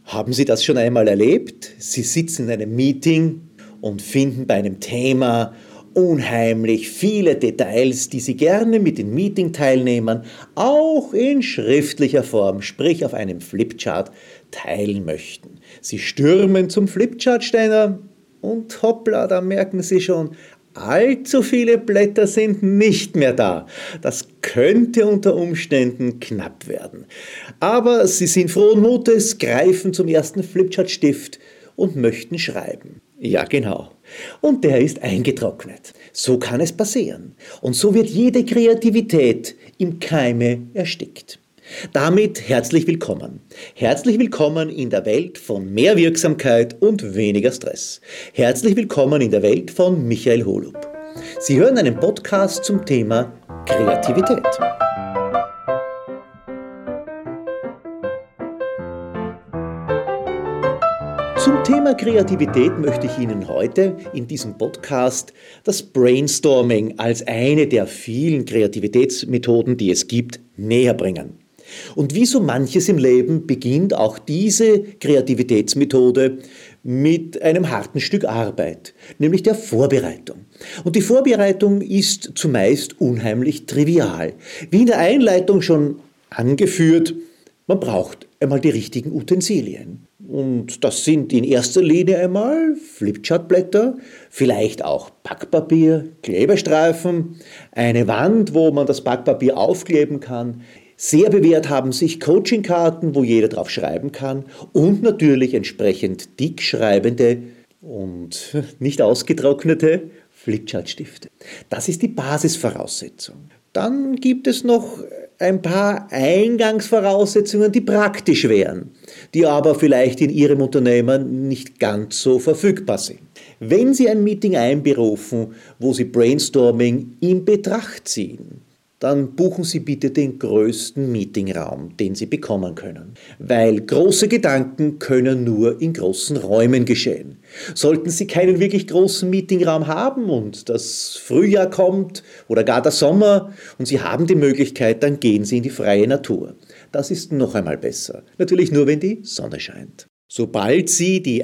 Haben Sie das schon einmal erlebt? Sie sitzen in einem Meeting und finden bei einem Thema unheimlich viele Details, die Sie gerne mit den Meeting-Teilnehmern auch in schriftlicher Form, sprich auf einem Flipchart, teilen möchten. Sie stürmen zum Flipchartständer und hoppla, da merken Sie schon, allzu viele Blätter sind nicht mehr da. Das könnte unter Umständen knapp werden. Aber Sie sind frohen Mutes, greifen zum ersten Flipchartstift und möchten schreiben. Ja, genau. Und der ist eingetrocknet. So kann es passieren. Und so wird jede Kreativität im Keime erstickt. Damit herzlich willkommen. Herzlich willkommen in der Welt von mehr Wirksamkeit und weniger Stress. Herzlich willkommen in der Welt von Michael Holub. Sie hören einen Podcast zum Thema Kreativität. Zum Thema Kreativität möchte ich Ihnen heute in diesem Podcast das Brainstorming als eine der vielen Kreativitätsmethoden, die es gibt, näher bringen. Und wie so manches im Leben beginnt auch diese Kreativitätsmethode mit einem harten Stück Arbeit, nämlich der Vorbereitung. Und die Vorbereitung ist zumeist unheimlich trivial. Wie in der Einleitung schon angeführt, man braucht einmal die richtigen Utensilien. Und das sind in erster Linie einmal Flipchartblätter, vielleicht auch Backpapier, Klebestreifen, eine Wand, wo man das Backpapier aufkleben kann. Sehr bewährt haben sich Coachingkarten, wo jeder drauf schreiben kann und natürlich entsprechend dick schreibende und nicht ausgetrocknete Flipchartstifte. Das ist die Basisvoraussetzung. Dann gibt es noch ein paar Eingangsvoraussetzungen, die praktisch wären, die aber vielleicht in Ihrem Unternehmen nicht ganz so verfügbar sind. Wenn Sie ein Meeting einberufen, wo Sie Brainstorming in Betracht ziehen, dann buchen Sie bitte den größten Meetingraum, den Sie bekommen können. Weil große Gedanken können nur in großen Räumen geschehen. Sollten Sie keinen wirklich großen Meetingraum haben und das Frühjahr kommt oder gar der Sommer und Sie haben die Möglichkeit, dann gehen Sie in die freie Natur. Das ist noch einmal besser. Natürlich nur, wenn die Sonne scheint. Sobald Sie die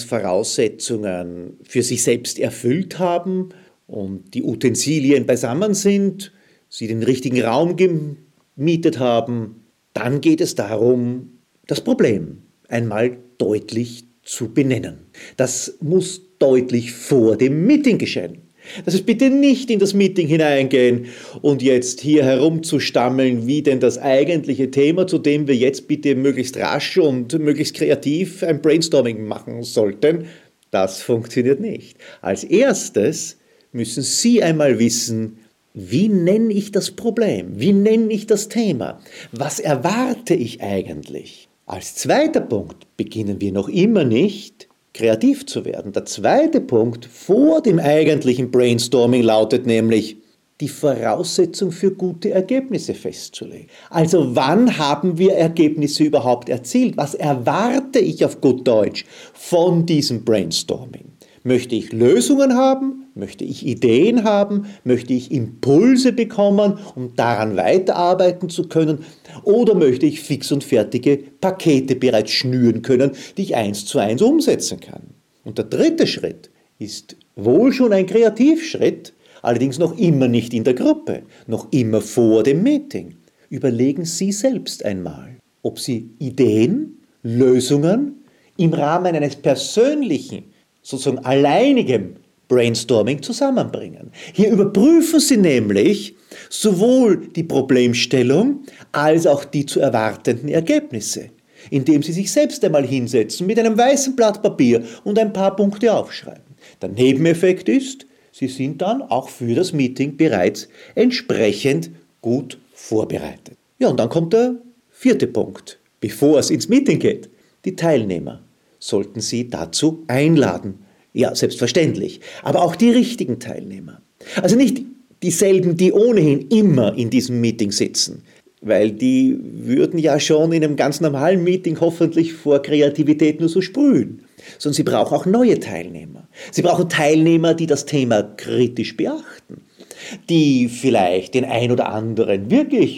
Eingangsvoraussetzungen für sich selbst erfüllt haben und die Utensilien beisammen sind, Sie den richtigen Raum gemietet haben, dann geht es darum, das Problem einmal deutlich zu benennen. Das muss deutlich vor dem Meeting geschehen. Das heißt, bitte nicht in das Meeting hineingehen und jetzt hier herumzustammeln, wie denn das eigentliche Thema, zu dem wir jetzt bitte möglichst rasch und möglichst kreativ ein Brainstorming machen sollten. Das funktioniert nicht. Als erstes müssen Sie einmal wissen, wie nenne ich das Problem? Wie nenne ich das Thema? Was erwarte ich eigentlich? Als zweiter Punkt beginnen wir noch immer nicht, kreativ zu werden. Der zweite Punkt vor dem eigentlichen Brainstorming lautet nämlich, die Voraussetzung für gute Ergebnisse festzulegen. Also wann haben wir Ergebnisse überhaupt erzielt? Was erwarte ich auf gut Deutsch von diesem Brainstorming? Möchte ich Lösungen haben? Möchte ich Ideen haben? Möchte ich Impulse bekommen, um daran weiterarbeiten zu können? Oder möchte ich fix und fertige Pakete bereits schnüren können, die ich 1:1 umsetzen kann? Und der dritte Schritt ist wohl schon ein Kreativschritt, allerdings noch immer nicht in der Gruppe, noch immer vor dem Meeting. Überlegen Sie selbst einmal, ob Sie Ideen, Lösungen im Rahmen eines persönlichen, sozusagen alleinigem Brainstorming zusammenbringen. Hier überprüfen Sie nämlich sowohl die Problemstellung als auch die zu erwartenden Ergebnisse, indem Sie sich selbst einmal hinsetzen mit einem weißen Blatt Papier und ein paar Punkte aufschreiben. Der Nebeneffekt ist, Sie sind dann auch für das Meeting bereits entsprechend gut vorbereitet. Ja, und dann kommt der vierte Punkt. Bevor es ins Meeting geht, die Teilnehmer sollten Sie dazu einladen. Ja, selbstverständlich, aber auch die richtigen Teilnehmer. Also nicht dieselben, die ohnehin immer in diesem Meeting sitzen, weil die würden ja schon in einem ganz normalen Meeting hoffentlich vor Kreativität nur so sprühen, sondern Sie brauchen auch neue Teilnehmer. Sie brauchen Teilnehmer, die das Thema kritisch beachten, die vielleicht den ein oder anderen wirklich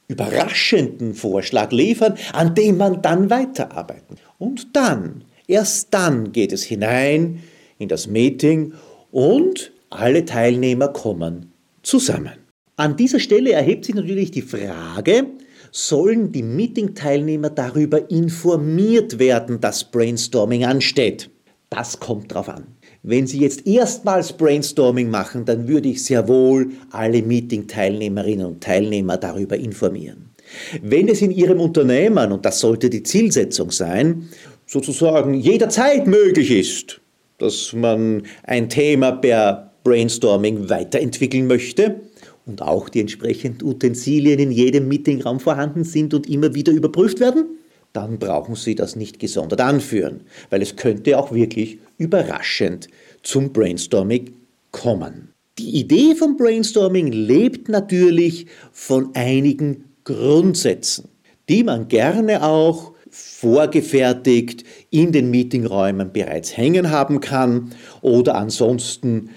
überraschenden Vorschlag liefern, an dem man dann weiterarbeiten. Und dann, erst dann geht es hinein in das Meeting und alle Teilnehmer kommen zusammen. An dieser Stelle erhebt sich natürlich die Frage, sollen die Meeting-Teilnehmer darüber informiert werden, dass Brainstorming ansteht? Das kommt drauf an. Wenn Sie jetzt erstmals Brainstorming machen, dann würde ich sehr wohl alle Meeting-Teilnehmerinnen und Teilnehmer darüber informieren. Wenn es in Ihrem Unternehmen, und das sollte die Zielsetzung sein, sozusagen jederzeit möglich ist, dass man ein Thema per Brainstorming weiterentwickeln möchte und auch die entsprechenden Utensilien in jedem Meetingraum vorhanden sind und immer wieder überprüft werden, dann brauchen Sie das nicht gesondert anführen, weil es könnte auch wirklich überraschend zum Brainstorming kommen. Die Idee vom Brainstorming lebt natürlich von einigen Grundsätzen, die man gerne auch vorgefertigt in den Meetingräumen bereits hängen haben kann oder ansonsten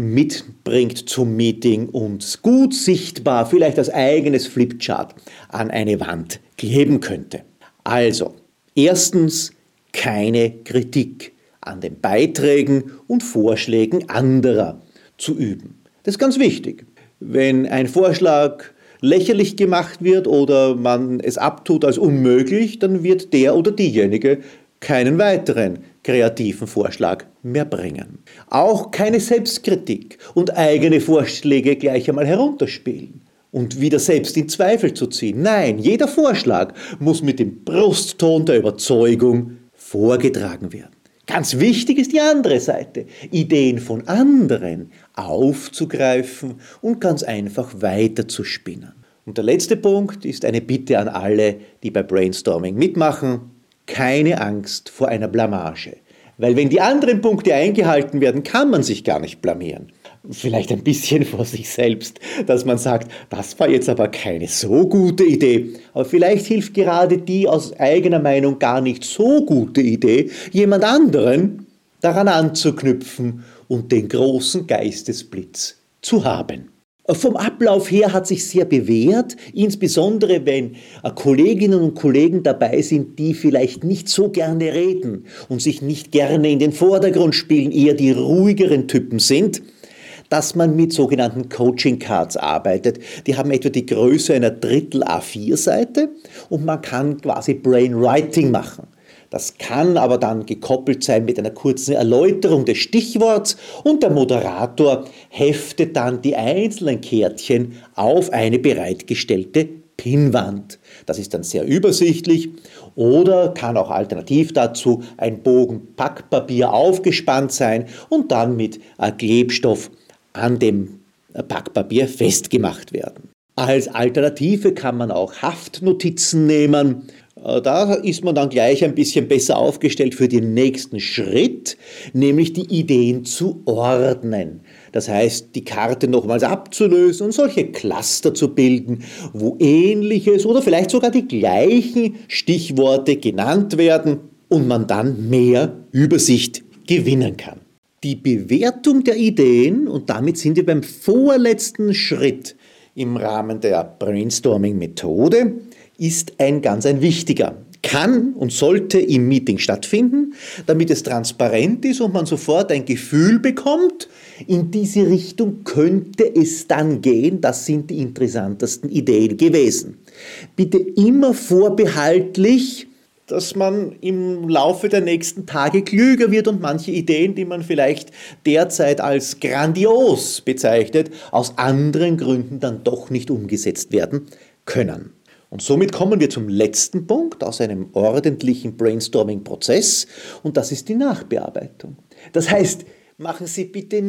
mitbringt zum Meeting und gut sichtbar, vielleicht als eigenes Flipchart an eine Wand kleben könnte. Also, erstens keine Kritik an den Beiträgen und Vorschlägen anderer zu üben. Das ist ganz wichtig. Wenn ein Vorschlag lächerlich gemacht wird oder man es abtut als unmöglich, dann wird der oder diejenige keinen weiteren kreativen Vorschlag mehr bringen. Auch keine Selbstkritik und eigene Vorschläge gleich einmal herunterspielen und wieder selbst in Zweifel zu ziehen. Nein, jeder Vorschlag muss mit dem Brustton der Überzeugung vorgetragen werden. Ganz wichtig ist die andere Seite, Ideen von anderen aufzugreifen und ganz einfach weiterzuspinnen. Und der letzte Punkt ist eine Bitte an alle, die bei Brainstorming mitmachen: keine Angst vor einer Blamage. Weil wenn die anderen Punkte eingehalten werden, kann man sich gar nicht blamieren. Vielleicht ein bisschen vor sich selbst, dass man sagt, das war jetzt aber keine so gute Idee. Aber vielleicht hilft gerade die aus eigener Meinung gar nicht so gute Idee, jemand anderen daran anzuknüpfen und den großen Geistesblitz zu haben. Vom Ablauf her hat sich sehr bewährt, insbesondere wenn Kolleginnen und Kollegen dabei sind, die vielleicht nicht so gerne reden und sich nicht gerne in den Vordergrund spielen, eher die ruhigeren Typen sind, dass man mit sogenannten Coaching Cards arbeitet. Die haben etwa die Größe einer Drittel A4-Seite und man kann quasi Brainwriting machen. Das kann aber dann gekoppelt sein mit einer kurzen Erläuterung des Stichworts und der Moderator heftet dann die einzelnen Kärtchen auf eine bereitgestellte Pinnwand. Das ist dann sehr übersichtlich oder kann auch alternativ dazu ein Bogen Packpapier aufgespannt sein und dann mit Klebstoff an dem Packpapier festgemacht werden. Als Alternative kann man auch Haftnotizen nehmen. Da ist man dann gleich ein bisschen besser aufgestellt für den nächsten Schritt, nämlich die Ideen zu ordnen. Das heißt, die Karte nochmals abzulösen und solche Cluster zu bilden, wo ähnliches oder vielleicht sogar die gleichen Stichworte genannt werden und man dann mehr Übersicht gewinnen kann. Die Bewertung der Ideen, und damit sind wir beim vorletzten Schritt im Rahmen der Brainstorming-Methode, ist ein wichtiger. Kann und sollte im Meeting stattfinden, damit es transparent ist und man sofort ein Gefühl bekommt, in diese Richtung könnte es dann gehen, das sind die interessantesten Ideen gewesen. Bitte immer vorbehaltlich, dass man im Laufe der nächsten Tage klüger wird und manche Ideen, die man vielleicht derzeit als grandios bezeichnet, aus anderen Gründen dann doch nicht umgesetzt werden können. Und somit kommen wir zum letzten Punkt aus einem ordentlichen Brainstorming-Prozess und das ist die Nachbearbeitung. Das heißt, machen Sie bitte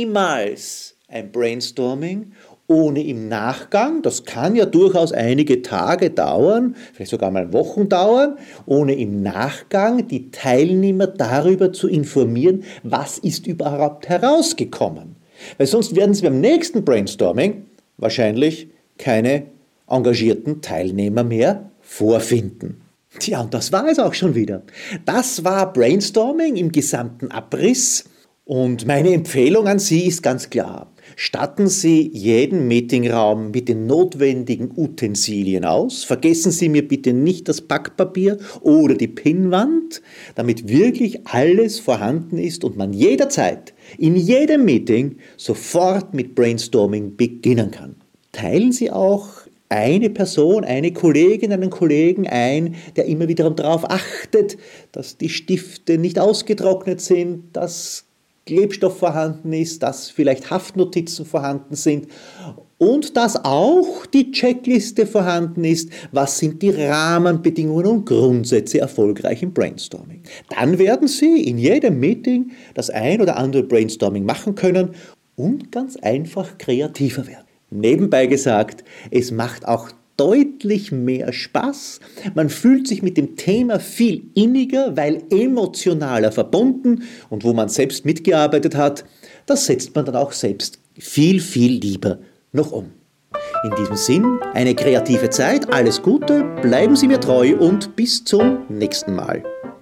niemals ein Brainstorming ohne im Nachgang, das kann ja durchaus einige Tage dauern, vielleicht sogar mal Wochen dauern, ohne im Nachgang die Teilnehmer darüber zu informieren, was ist überhaupt herausgekommen. Weil sonst werden Sie beim nächsten Brainstorming wahrscheinlich keine engagierten Teilnehmer mehr vorfinden. Tja, und das war es auch schon wieder. Das war Brainstorming im gesamten Abriss und meine Empfehlung an Sie ist ganz klar. Statten Sie jeden Meetingraum mit den notwendigen Utensilien aus. Vergessen Sie mir bitte nicht das Backpapier oder die Pinnwand, damit wirklich alles vorhanden ist und man jederzeit, in jedem Meeting, sofort mit Brainstorming beginnen kann. Teilen Sie auch eine Person, eine Kollegin, einen Kollegen ein, der immer wieder darauf achtet, dass die Stifte nicht ausgetrocknet sind, dass Klebstoff vorhanden ist, dass vielleicht Haftnotizen vorhanden sind und dass auch die Checkliste vorhanden ist, was sind die Rahmenbedingungen und Grundsätze erfolgreichen Brainstorming. Dann werden Sie in jedem Meeting das ein oder andere Brainstorming machen können und ganz einfach kreativer werden. Nebenbei gesagt, es macht auch deutlich mehr Spaß. Man fühlt sich mit dem Thema viel inniger, weil emotionaler verbunden und wo man selbst mitgearbeitet hat, das setzt man dann auch selbst viel, viel lieber noch um. In diesem Sinn, eine kreative Zeit, alles Gute, bleiben Sie mir treu und bis zum nächsten Mal.